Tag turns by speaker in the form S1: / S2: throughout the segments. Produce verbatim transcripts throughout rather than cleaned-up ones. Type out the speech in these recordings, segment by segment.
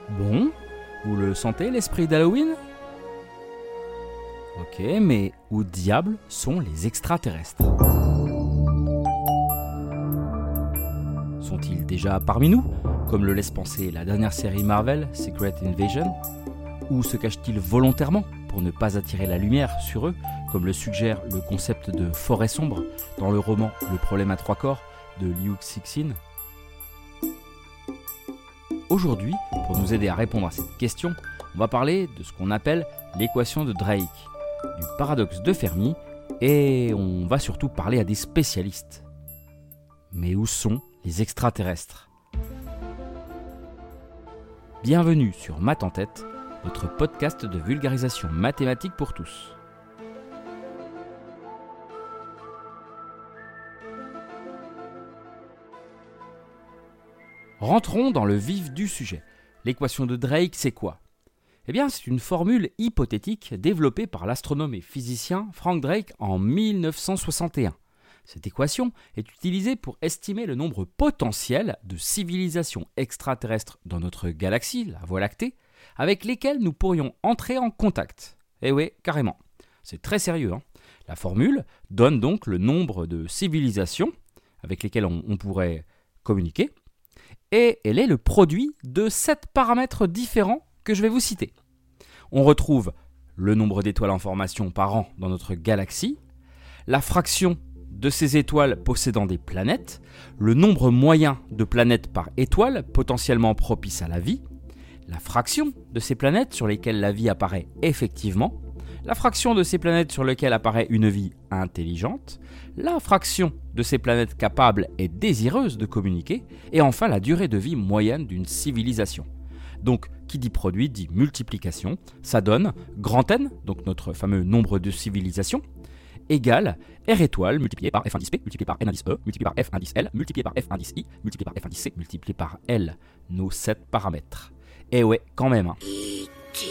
S1: Bon, vous le sentez l'esprit d'Halloween ? Ok, mais où diable sont les extraterrestres ? Sont-ils déjà parmi nous, comme le laisse penser la dernière série Marvel, Secret Invasion ? Ou se cachent-ils volontairement pour ne pas attirer la lumière sur eux, comme le suggère le concept de forêt sombre dans le roman Le problème à trois corps de Liu Cixin ? Aujourd'hui, pour nous aider à répondre à cette question, on va parler de ce qu'on appelle l'équation de Drake, du paradoxe de Fermi, et on va surtout parler à des spécialistes. Mais où sont les extraterrestres ? Bienvenue sur Math en tête, votre podcast de vulgarisation mathématique pour tous. Rentrons dans le vif du sujet. L'équation de Drake, c'est quoi ? Eh bien, c'est une formule hypothétique développée par l'astronome et physicien Frank Drake en mille neuf cent soixante et un. Cette équation est utilisée pour estimer le nombre potentiel de civilisations extraterrestres dans notre galaxie, la Voie lactée, avec lesquelles nous pourrions entrer en contact. Eh oui, carrément. C'est très sérieux, hein. La formule donne donc le nombre de civilisations avec lesquelles on, on pourrait communiquer, et elle est le produit de sept paramètres différents que je vais vous citer. On retrouve le nombre d'étoiles en formation par an dans notre galaxie, la fraction de ces étoiles possédant des planètes, le nombre moyen de planètes par étoile potentiellement propice à la vie, la fraction de ces planètes sur lesquelles la vie apparaît effectivement, la fraction de ces planètes sur lesquelles apparaît une vie intelligente, la fraction de ces planètes capables et désireuses de communiquer, et enfin la durée de vie moyenne d'une civilisation. Donc, qui dit produit dit multiplication, ça donne grand N, donc notre fameux nombre de civilisations, égale R étoile multiplié par F indice P, multiplié par N indice E, multiplié par F indice L, multiplié par F indice I, multiplié par F indice C, multiplié par L, nos sept paramètres. Et ouais, quand même. Hein.
S2: E T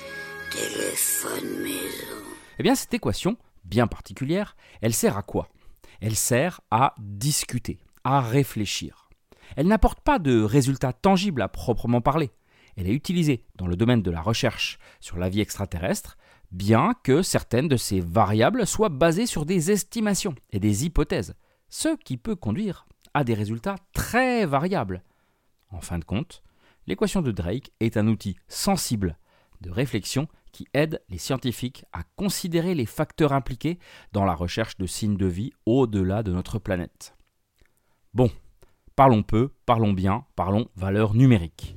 S2: téléphone maison.
S1: Eh bien, cette équation, bien particulière, elle sert à quoi ? Elle sert à discuter, à réfléchir. Elle n'apporte pas de résultats tangibles à proprement parler. Elle est utilisée dans le domaine de la recherche sur la vie extraterrestre, bien que certaines de ces variables soient basées sur des estimations et des hypothèses, ce qui peut conduire à des résultats très variables. En fin de compte, l'équation de Drake est un outil sensible de réflexion qui aide les scientifiques à considérer les facteurs impliqués dans la recherche de signes de vie au-delà de notre planète. Bon, parlons peu, parlons bien, parlons valeurs numériques.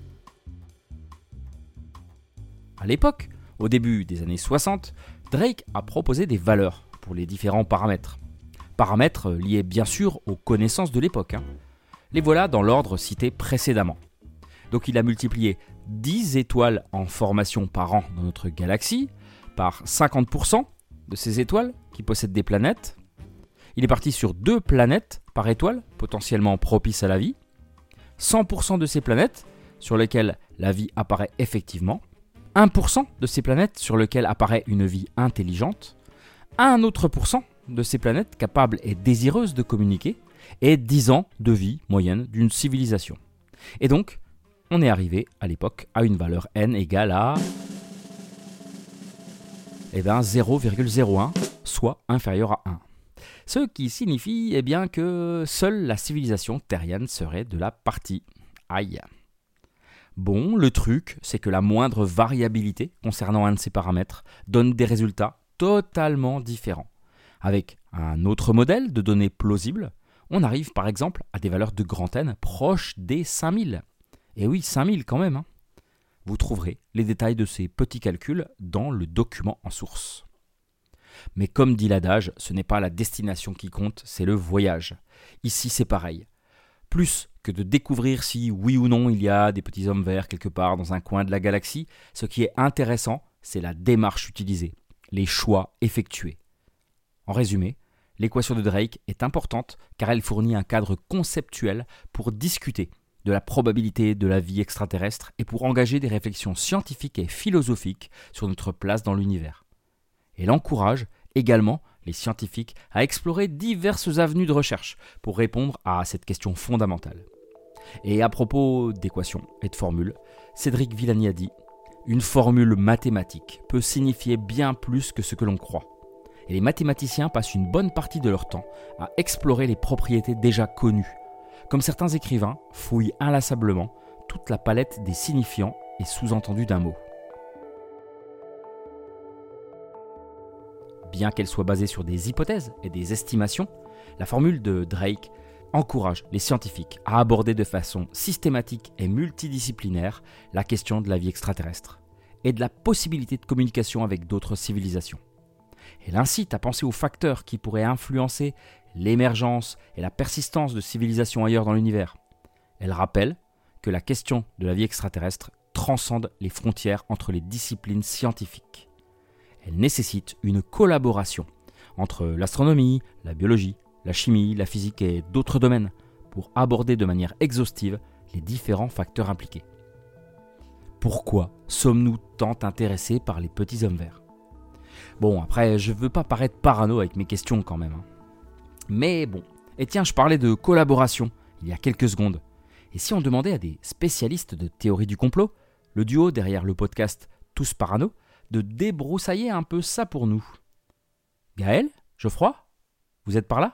S1: À l'époque, au début des années soixante, Drake a proposé des valeurs pour les différents paramètres. Paramètres liés bien sûr aux connaissances de l'époque. Hein. Les voilà dans l'ordre cité précédemment. Donc il a multiplié dix étoiles en formation par an dans notre galaxie par cinquante pour cent de ces étoiles qui possèdent des planètes. Il est parti sur deux planètes par étoile potentiellement propices à la vie, cent pour cent de ces planètes sur lesquelles la vie apparaît effectivement, un pour cent de ces planètes sur lesquelles apparaît une vie intelligente, un autre pourcent de ces planètes capables et désireuses de communiquer, et dix ans de vie moyenne d'une civilisation. Et donc, on est arrivé à l'époque à une valeur n égale à eh bien, zéro virgule zéro un, soit inférieur à un. Ce qui signifie eh bien, que seule la civilisation terrienne serait de la partie. Aïe. Bon, le truc, c'est que la moindre variabilité concernant un de ces paramètres donne des résultats totalement différents. Avec un autre modèle de données plausibles, on arrive par exemple à des valeurs de grand N proches des cinq mille. Et oui, cinq mille quand même. Hein. Vous trouverez les détails de ces petits calculs dans le document en source. Mais comme dit l'adage, ce n'est pas la destination qui compte, c'est le voyage. Ici, c'est pareil. Plus que de découvrir si oui ou non il y a des petits hommes verts quelque part dans un coin de la galaxie, ce qui est intéressant, c'est la démarche utilisée, les choix effectués. En résumé, l'équation de Drake est importante car elle fournit un cadre conceptuel pour discuter de la probabilité de la vie extraterrestre et pour engager des réflexions scientifiques et philosophiques sur notre place dans l'univers. Elle encourage également les scientifiques à explorer diverses avenues de recherche pour répondre à cette question fondamentale. Et à propos d'équations et de formules, Cédric Villani a dit « Une formule mathématique peut signifier bien plus que ce que l'on croit. Et les mathématiciens passent une bonne partie de leur temps à explorer les propriétés déjà connues. Comme certains écrivains fouillent inlassablement toute la palette des signifiants et sous-entendus d'un mot. » Bien qu'elle soit basée sur des hypothèses et des estimations, la formule de Drake encourage les scientifiques à aborder de façon systématique et multidisciplinaire la question de la vie extraterrestre et de la possibilité de communication avec d'autres civilisations. Elle incite à penser aux facteurs qui pourraient influencer l'émergence et la persistance de civilisations ailleurs dans l'univers. Elle rappelle que la question de la vie extraterrestre transcende les frontières entre les disciplines scientifiques. Elle nécessite une collaboration entre l'astronomie, la biologie, la chimie, la physique et d'autres domaines pour aborder de manière exhaustive les différents facteurs impliqués. Pourquoi sommes-nous tant intéressés par les petits hommes verts ? Bon, après, je veux pas paraître parano avec mes questions quand même. Hein. Mais bon, et tiens, je parlais de collaboration il y a quelques secondes. Et si on demandait à des spécialistes de théorie du complot, le duo derrière le podcast Tous Parano, de débroussailler un peu ça pour nous. Gaël, Geoffroy, vous êtes par là ?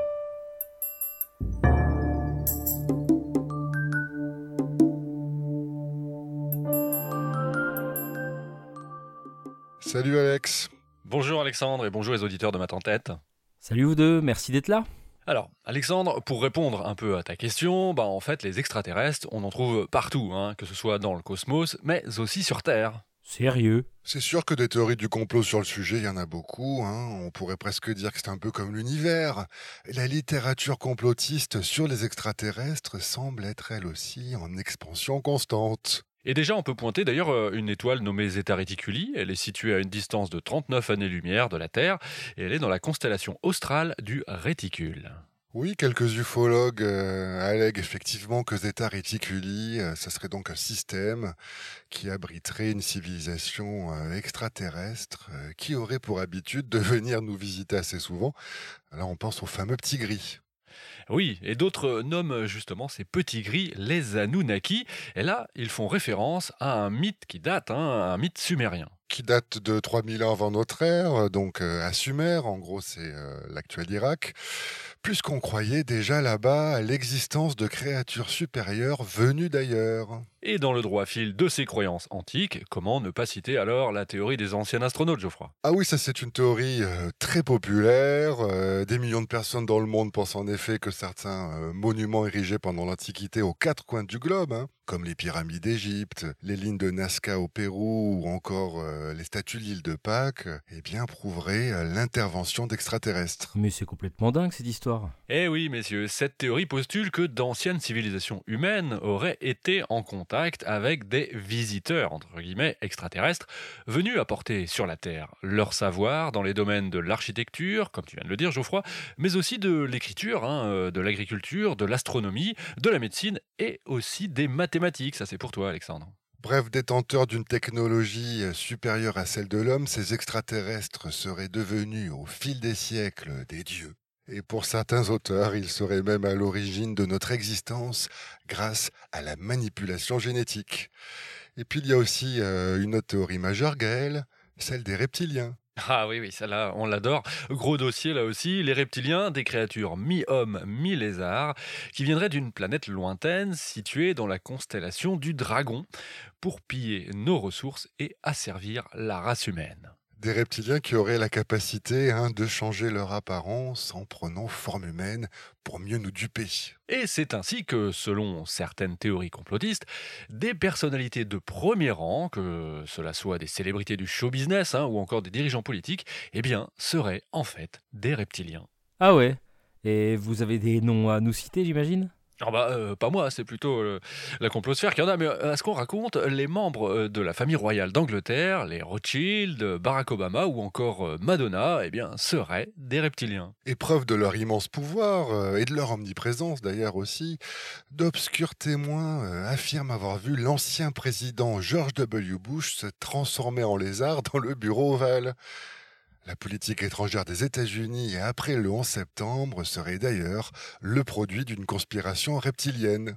S2: Salut Alex.
S3: Bonjour Alexandre et bonjour les auditeurs de Matin Tête.
S1: Salut vous deux, merci d'être là.
S3: Alors, Alexandre, pour répondre un peu à ta question, bah en fait, les extraterrestres, on en trouve partout, hein, que ce soit dans le cosmos, mais aussi sur Terre.
S1: Sérieux ?
S2: C'est sûr que des théories du complot sur le sujet, il y en a beaucoup. Hein. On pourrait presque dire que c'est un peu comme l'univers. La littérature complotiste sur les extraterrestres semble être elle aussi en expansion constante.
S3: Et déjà, on peut pointer d'ailleurs une étoile nommée Zeta Reticuli. Elle est située à une distance de trente-neuf années-lumière de la Terre et elle est dans la constellation australe du Réticule.
S2: Oui, quelques ufologues euh, allèguent effectivement que Zeta Reticuli, euh, ça serait donc un système qui abriterait une civilisation euh, extraterrestre euh, qui aurait pour habitude de venir nous visiter assez souvent. Là, on pense au fameux petit gris.
S3: Oui, et d'autres nomment justement ces petits gris les Anunnaki. Et là, ils font référence à un mythe qui date, hein, un mythe sumérien.
S2: Qui date de trois mille ans avant notre ère, donc euh, à Sumer, en gros c'est euh, l'actuel Irak, puisqu'on croyait déjà là-bas à l'existence de créatures supérieures venues d'ailleurs.
S3: Et dans le droit fil de ces croyances antiques, comment ne pas citer alors la théorie des anciens astronautes, Geoffroy ?
S2: Ah oui, ça c'est une théorie euh, très populaire. Euh, des millions de personnes dans le monde pensent en effet que certains euh, monuments érigés pendant l'Antiquité aux quatre coins du globe, hein, comme les pyramides d'Égypte, les lignes de Nazca au Pérou ou encore euh, les statues de l'île de Pâques, eh bien prouveraient euh, l'intervention d'extraterrestres.
S1: Mais c'est complètement dingue cette histoire.
S3: Eh oui, messieurs, cette théorie postule que d'anciennes civilisations humaines auraient été en contact avec des visiteurs, entre guillemets, extraterrestres, venus apporter sur la Terre leur savoir dans les domaines de l'architecture, comme tu viens de le dire, Geoffroy, mais aussi de l'écriture, hein, de l'agriculture, de l'astronomie, de la médecine et aussi des mathématiques. Ça, c'est pour toi, Alexandre.
S2: Bref, détenteurs d'une technologie supérieure à celle de l'homme, ces extraterrestres seraient devenus au fil des siècles des dieux. Et pour certains auteurs, ils seraient même à l'origine de notre existence grâce à la manipulation génétique. Et puis il y a aussi euh, une autre théorie majeure, Gaël, celle des reptiliens.
S3: Ah oui, oui, celle-là, on l'adore. Gros dossier là aussi, les reptiliens, des créatures mi-hommes, mi-lézards, qui viendraient d'une planète lointaine située dans la constellation du Dragon, pour piller nos ressources et asservir la race humaine.
S2: Des reptiliens qui auraient la capacité hein, de changer leur apparence en prenant forme humaine pour mieux nous duper.
S3: Et c'est ainsi que, selon certaines théories complotistes, des personnalités de premier rang, que cela soit des célébrités du show business hein, ou encore des dirigeants politiques, eh bien, seraient en fait des reptiliens.
S1: Ah ouais ? Et vous avez des noms à nous citer, j'imagine ?
S3: Ah bah, euh, pas moi, c'est plutôt euh, la complosphère qui en a, mais euh, à ce qu'on raconte, les membres euh, de la famille royale d'Angleterre, les Rothschild, Barack Obama ou encore euh, Madonna, eh bien, seraient des reptiliens.
S2: Et preuve de leur immense pouvoir, euh, et de leur omniprésence d'ailleurs aussi, d'obscurs témoins euh, affirment avoir vu l'ancien président George W. Bush se transformer en lézard dans le bureau ovale. La politique étrangère des États-Unis après le onze septembre serait d'ailleurs le produit d'une conspiration reptilienne.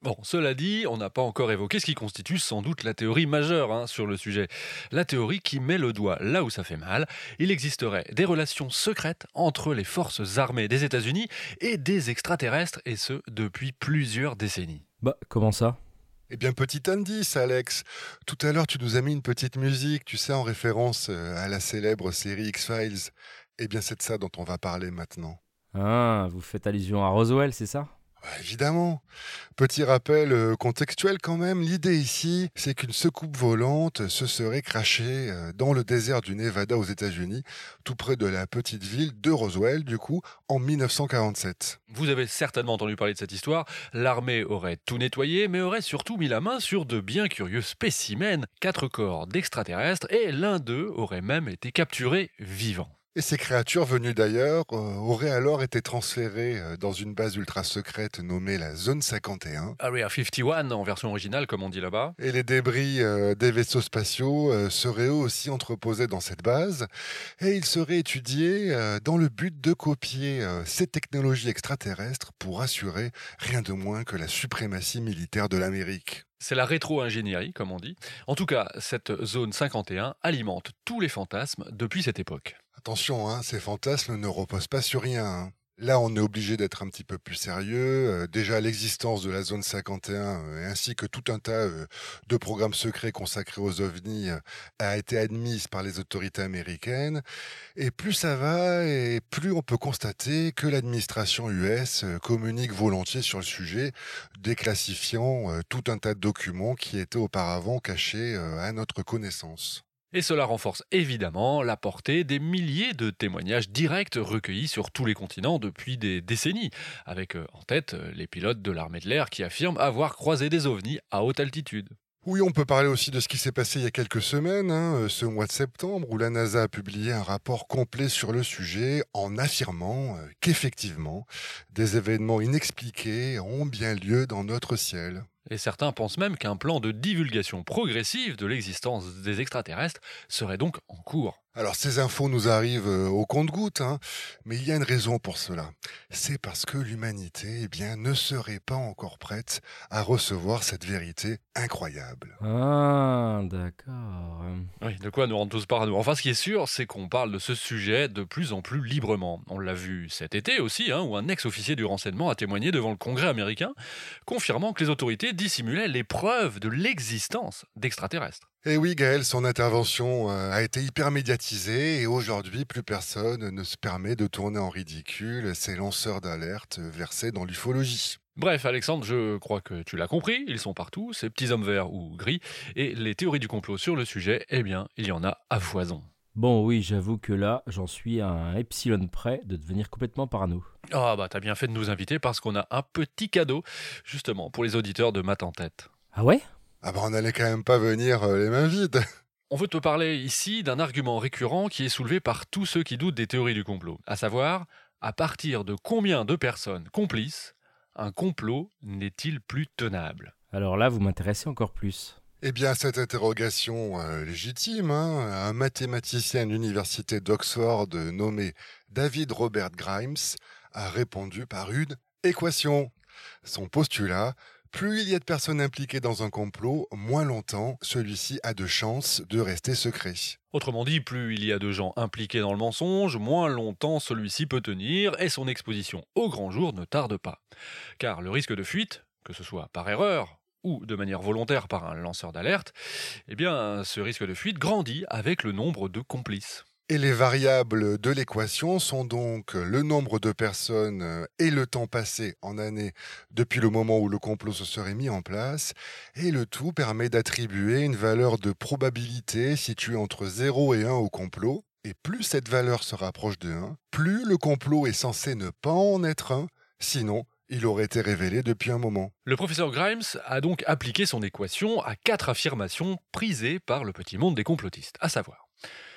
S3: Bon, cela dit, on n'a pas encore évoqué ce qui constitue sans doute la théorie majeure hein, sur le sujet. La théorie qui met le doigt là où ça fait mal. Il existerait des relations secrètes entre les forces armées des États-Unis et des extraterrestres, et ce, depuis plusieurs décennies.
S1: Bah, comment ça?
S2: Eh bien, petit indice, Alex. Tout à l'heure, tu nous as mis une petite musique, tu sais, en référence euh, à la célèbre série X-Files. Eh bien, c'est de ça dont on va parler maintenant.
S1: Ah, vous faites allusion à Roswell, c'est ça?
S2: Bah, évidemment. Petit rappel euh, contextuel quand même. L'idée ici, c'est qu'une soucoupe volante se serait crashée euh, dans le désert du Nevada aux États-Unis, tout près de la petite ville de Roswell, du coup, en mille neuf cent quarante-sept.
S3: Vous avez certainement entendu parler de cette histoire. L'armée aurait tout nettoyé, mais aurait surtout mis la main sur de bien curieux spécimens, quatre corps d'extraterrestres, et l'un d'eux aurait même été capturé vivant.
S2: Et ces créatures venues d'ailleurs euh, auraient alors été transférées euh, dans une base ultra secrète nommée la Zone cinquante et un.
S3: Area cinquante et un en version originale, comme on dit là-bas.
S2: Et les débris euh, des vaisseaux spatiaux euh, seraient eux aussi entreposés dans cette base. Et ils seraient étudiés euh, dans le but de copier euh, ces technologies extraterrestres pour assurer rien de moins que la suprématie militaire de l'Amérique.
S3: C'est la rétro-ingénierie, comme on dit. En tout cas, cette zone cinquante et un alimente tous les fantasmes depuis cette époque.
S2: Attention, hein, ces fantasmes ne reposent pas sur rien. Hein. Là, on est obligé d'être un petit peu plus sérieux. Euh, déjà, l'existence de la zone cinquante et un, euh, ainsi que tout un tas euh, de programmes secrets consacrés aux ovnis, euh, a été admise par les autorités américaines. Et plus ça va, et plus on peut constater que l'administration U S euh, communique volontiers sur le sujet, déclassifiant euh, tout un tas de documents qui étaient auparavant cachés euh, à notre connaissance.
S3: Et cela renforce évidemment la portée des milliers de témoignages directs recueillis sur tous les continents depuis des décennies, avec euh, en tête euh, les pilotes de l'armée de l'air qui affirment avoir croisé des ovnis à haute altitude.
S2: Oui, on peut parler aussi de ce qui s'est passé il y a quelques semaines, hein, euh, ce mois de septembre, où la NASA a publié un rapport complet sur le sujet en affirmant euh, qu'effectivement, des événements inexpliqués ont bien lieu dans notre ciel.
S3: Et certains pensent même qu'un plan de divulgation progressive de l'existence des extraterrestres serait donc en cours.
S2: Alors ces infos nous arrivent euh, au compte-gouttes, hein, mais il y a une raison pour cela. C'est parce que l'humanité eh bien, ne serait pas encore prête à recevoir cette vérité incroyable.
S1: Ah, d'accord.
S3: Oui, de quoi nous rendre tous parano. Enfin, ce qui est sûr, c'est qu'on parle de ce sujet de plus en plus librement. On l'a vu cet été aussi, hein, où un ex-officier du renseignement a témoigné devant le Congrès américain, confirmant que les autorités dissimulaient les preuves de l'existence d'extraterrestres.
S2: Et oui, Gaël, son intervention euh, a été hyper médiatisée et aujourd'hui, plus personne ne se permet de tourner en ridicule ces lanceurs d'alerte versés dans l'ufologie.
S3: Bref, Alexandre, je crois que tu l'as compris, ils sont partout, ces petits hommes verts ou gris, et les théories du complot sur le sujet, eh bien, il y en a à foison.
S1: Bon, oui, j'avoue que là, j'en suis à un epsilon près de devenir complètement parano.
S3: Ah bah t'as bien fait de nous inviter parce qu'on a un petit cadeau, justement, pour les auditeurs de Math en tête.
S1: Ah ouais?
S2: Ah bah on n'allait quand même pas venir euh, les mains vides.
S3: On veut te parler ici d'un argument récurrent qui est soulevé par tous ceux qui doutent des théories du complot, à savoir, à partir de combien de personnes complices un complot n'est-il plus tenable?
S1: Alors là, vous m'intéressez encore plus.
S2: Eh bien, cette interrogation euh, légitime, hein, un mathématicien de l'université d'Oxford euh, nommé David Robert Grimes a répondu par une équation. Son postulat: plus il y a de personnes impliquées dans un complot, moins longtemps celui-ci a de chances de rester secret.
S3: Autrement dit, plus il y a de gens impliqués dans le mensonge, moins longtemps celui-ci peut tenir et son exposition au grand jour ne tarde pas. Car le risque de fuite, que ce soit par erreur ou de manière volontaire par un lanceur d'alerte, eh bien, ce risque de fuite grandit avec le nombre de complices.
S2: Et les variables de l'équation sont donc le nombre de personnes et le temps passé en années depuis le moment où le complot se serait mis en place, et le tout permet d'attribuer une valeur de probabilité située entre zéro et un au complot, et plus cette valeur se rapproche de un, plus le complot est censé ne pas en être un, sinon il aurait été révélé depuis un moment.
S3: Le professeur Grimes a donc appliqué son équation à quatre affirmations prisées par le petit monde des complotistes, à savoir: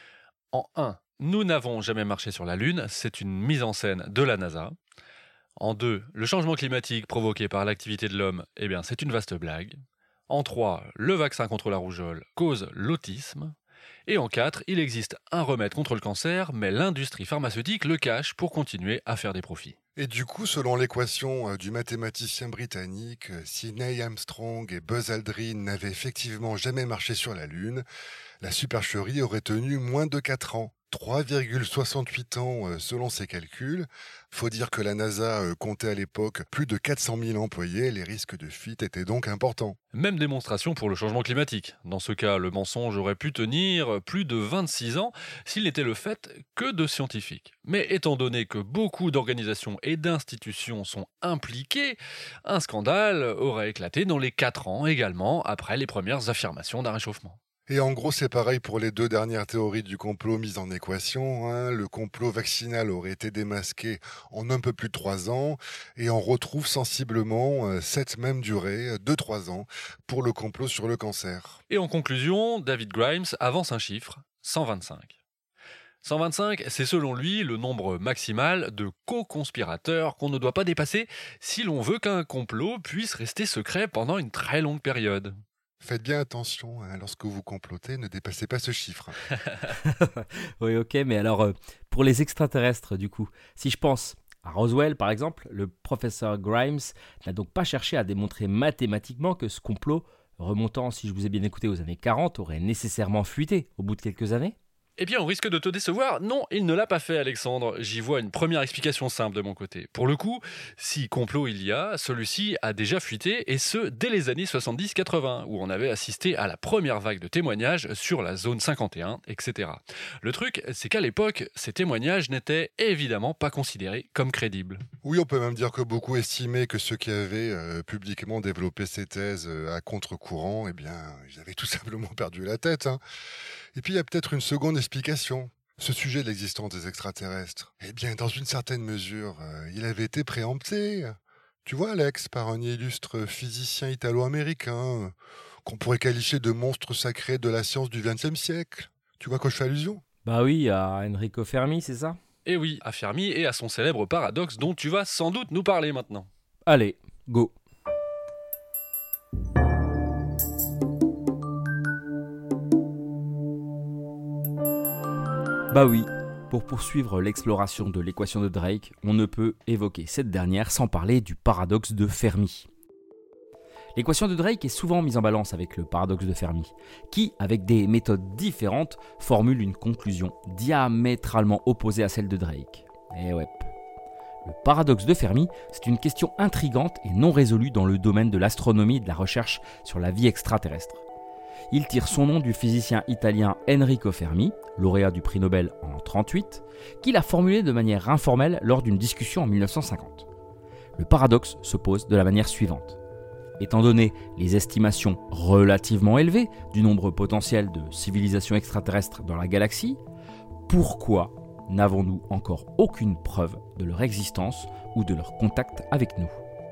S3: en un, nous n'avons jamais marché sur la Lune, c'est une mise en scène de la NASA. En deux, le changement climatique provoqué par l'activité de l'homme, eh bien, c'est une vaste blague. En trois, le vaccin contre la rougeole cause l'autisme. Et en quatre, il existe un remède contre le cancer, mais l'industrie pharmaceutique le cache pour continuer à faire des profits.
S2: Et du coup, selon l'équation euh, du mathématicien britannique, euh, si Neil Armstrong et Buzz Aldrin n'avaient effectivement jamais marché sur la Lune, la supercherie aurait tenu moins de quatre ans. trois virgule soixante-huit ans euh, selon ses calculs. Faut dire que la NASA euh, comptait à l'époque plus de quatre cent mille employés, les risques de fuite étaient donc importants.
S3: Même démonstration pour le changement climatique. Dans ce cas, le mensonge aurait pu tenir plus de vingt-six ans s'il n'était le fait que de scientifiques. Mais étant donné que beaucoup d'organisations et d'institutions sont impliquées, un scandale aurait éclaté dans les quatre ans également après les premières affirmations d'un réchauffement.
S2: Et en gros, c'est pareil pour les deux dernières théories du complot mises en équation, hein. Le complot vaccinal aurait été démasqué en un peu plus de trois ans, et on retrouve sensiblement euh, cette même durée de trois ans pour le complot sur le cancer.
S3: Et en conclusion, David Grimes avance un chiffre, cent vingt-cinq. cent vingt-cinq, c'est selon lui le nombre maximal de co-conspirateurs qu'on ne doit pas dépasser si l'on veut qu'un complot puisse rester secret pendant une très longue période.
S2: Faites bien attention, hein, lorsque vous complotez, ne dépassez pas ce chiffre.
S1: Oui, ok, mais alors, euh, pour les extraterrestres, du coup, si je pense à Roswell, par exemple, le professeur Grimes n'a donc pas cherché à démontrer mathématiquement que ce complot, remontant, si je vous ai bien écouté, aux années quarante, aurait nécessairement fuité au bout de quelques années ?
S3: Eh bien, au risque de te décevoir, non, il ne l'a pas fait, Alexandre. J'y vois une première explication simple de mon côté. Pour le coup, si complot il y a, celui-ci a déjà fuité, et ce, dès les années soixante-dix quatre-vingts, où on avait assisté à la première vague de témoignages sur la zone cinquante et un, et cetera. Le truc, c'est qu'à l'époque, ces témoignages n'étaient évidemment pas considérés comme crédibles.
S2: Oui, on peut même dire que beaucoup estimaient que ceux qui avaient euh, publiquement développé ces thèses euh, à contre-courant, eh bien, ils avaient tout simplement perdu la tête, hein. Et puis, il y a peut-être une seconde explication. Ce sujet de l'existence des extraterrestres, eh bien, dans une certaine mesure, euh, il avait été préempté. Tu vois, Alex, par un illustre physicien italo-américain, euh, qu'on pourrait qualifier de monstre sacré de la science du vingtième siècle. Tu vois à quoi je fais allusion ?
S1: Bah oui, à Enrico Fermi, c'est ça ?
S3: Et oui, à Fermi et à son célèbre paradoxe dont tu vas sans doute nous parler maintenant.
S1: Allez, go. Bah oui, pour poursuivre l'exploration de l'équation de Drake, on ne peut évoquer cette dernière sans parler du paradoxe de Fermi. L'équation de Drake est souvent mise en balance avec le paradoxe de Fermi, qui, avec des méthodes différentes, formule une conclusion diamétralement opposée à celle de Drake. Eh ouais. Le paradoxe de Fermi, c'est une question intrigante et non résolue dans le domaine de l'astronomie et de la recherche sur la vie extraterrestre. Il tire son nom du physicien italien Enrico Fermi, lauréat du prix Nobel en mille neuf cent trente-huit, qui l'a formulé de manière informelle lors d'une discussion en mille neuf cent cinquante. Le paradoxe se pose de la manière suivante. Étant donné les estimations relativement élevées du nombre potentiel de civilisations extraterrestres dans la galaxie, pourquoi n'avons-nous encore aucune preuve de leur existence ou de leur contact avec nous ?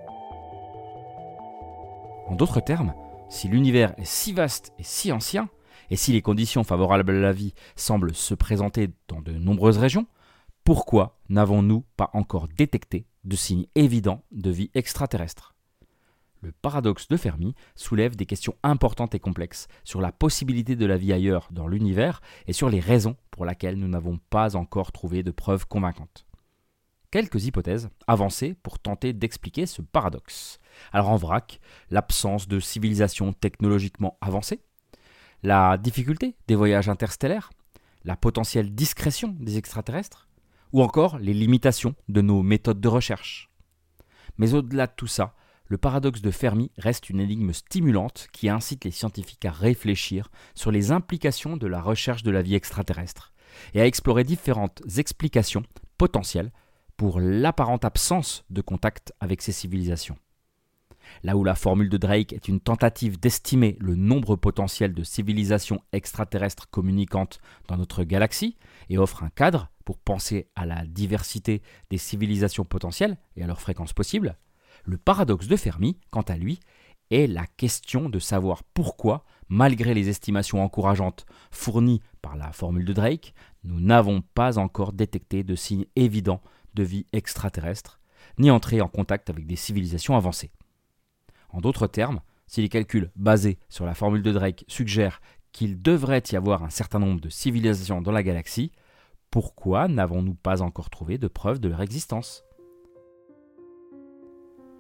S1: En d'autres termes, si l'univers est si vaste et si ancien, et si les conditions favorables à la vie semblent se présenter dans de nombreuses régions, pourquoi n'avons-nous pas encore détecté de signes évidents de vie extraterrestre ? Le paradoxe de Fermi soulève des questions importantes et complexes sur la possibilité de la vie ailleurs dans l'univers et sur les raisons pour lesquelles nous n'avons pas encore trouvé de preuves convaincantes. Quelques hypothèses avancées pour tenter d'expliquer ce paradoxe. Alors en vrac, l'absence de civilisation technologiquement avancée, la difficulté des voyages interstellaires, la potentielle discrétion des extraterrestres, ou encore les limitations de nos méthodes de recherche. Mais au-delà de tout ça, le paradoxe de Fermi reste une énigme stimulante qui incite les scientifiques à réfléchir sur les implications de la recherche de la vie extraterrestre et à explorer différentes explications potentielles pour l'apparente absence de contact avec ces civilisations. Là où la formule de Drake est une tentative d'estimer le nombre potentiel de civilisations extraterrestres communicantes dans notre galaxie et offre un cadre pour penser à la diversité des civilisations potentielles et à leur fréquence possible, le paradoxe de Fermi, quant à lui, est la question de savoir pourquoi, malgré les estimations encourageantes fournies par la formule de Drake, nous n'avons pas encore détecté de signes évidents de vie extraterrestre, ni entré en contact avec des civilisations avancées. En d'autres termes, si les calculs basés sur la formule de Drake suggèrent qu'il devrait y avoir un certain nombre de civilisations dans la galaxie, pourquoi n'avons-nous pas encore trouvé de preuves de leur existence ?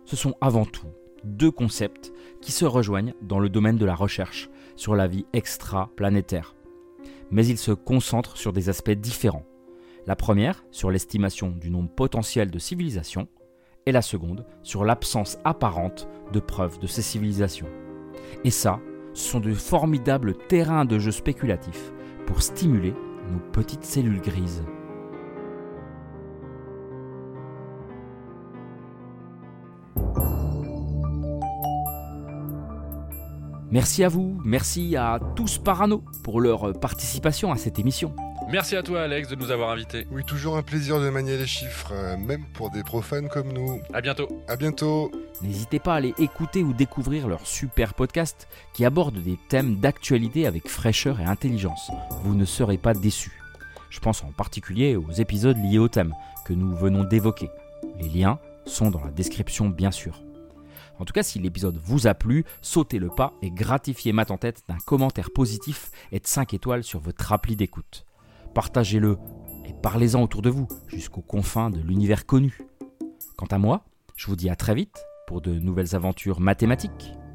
S1: Ce sont avant tout deux concepts qui se rejoignent dans le domaine de la recherche sur la vie extraplanétaire. Mais ils se concentrent sur des aspects différents. La première sur l'estimation du nombre potentiel de civilisations et la seconde sur l'absence apparente de preuves de ces civilisations. Et ça, ce sont de formidables terrains de jeu spéculatifs pour stimuler nos petites cellules grises. Merci à vous, merci à tous Parano pour leur participation à cette émission.
S3: Merci à toi Alex de nous avoir invités.
S2: Oui, toujours un plaisir de manier les chiffres, euh, même pour des profanes comme nous.
S3: À bientôt.
S2: À bientôt.
S1: N'hésitez pas à aller écouter ou découvrir leur super podcast qui aborde des thèmes d'actualité avec fraîcheur et intelligence. Vous ne serez pas déçus. Je pense en particulier aux épisodes liés au thème que nous venons d'évoquer. Les liens sont dans la description bien sûr. En tout cas, si l'épisode vous a plu, sautez le pas et gratifiez Math en tête d'un commentaire positif et de cinq étoiles sur votre appli d'écoute. Partagez-le et parlez-en autour de vous jusqu'aux confins de l'univers connu. Quant à moi, je vous dis à très vite pour de nouvelles aventures mathématiques.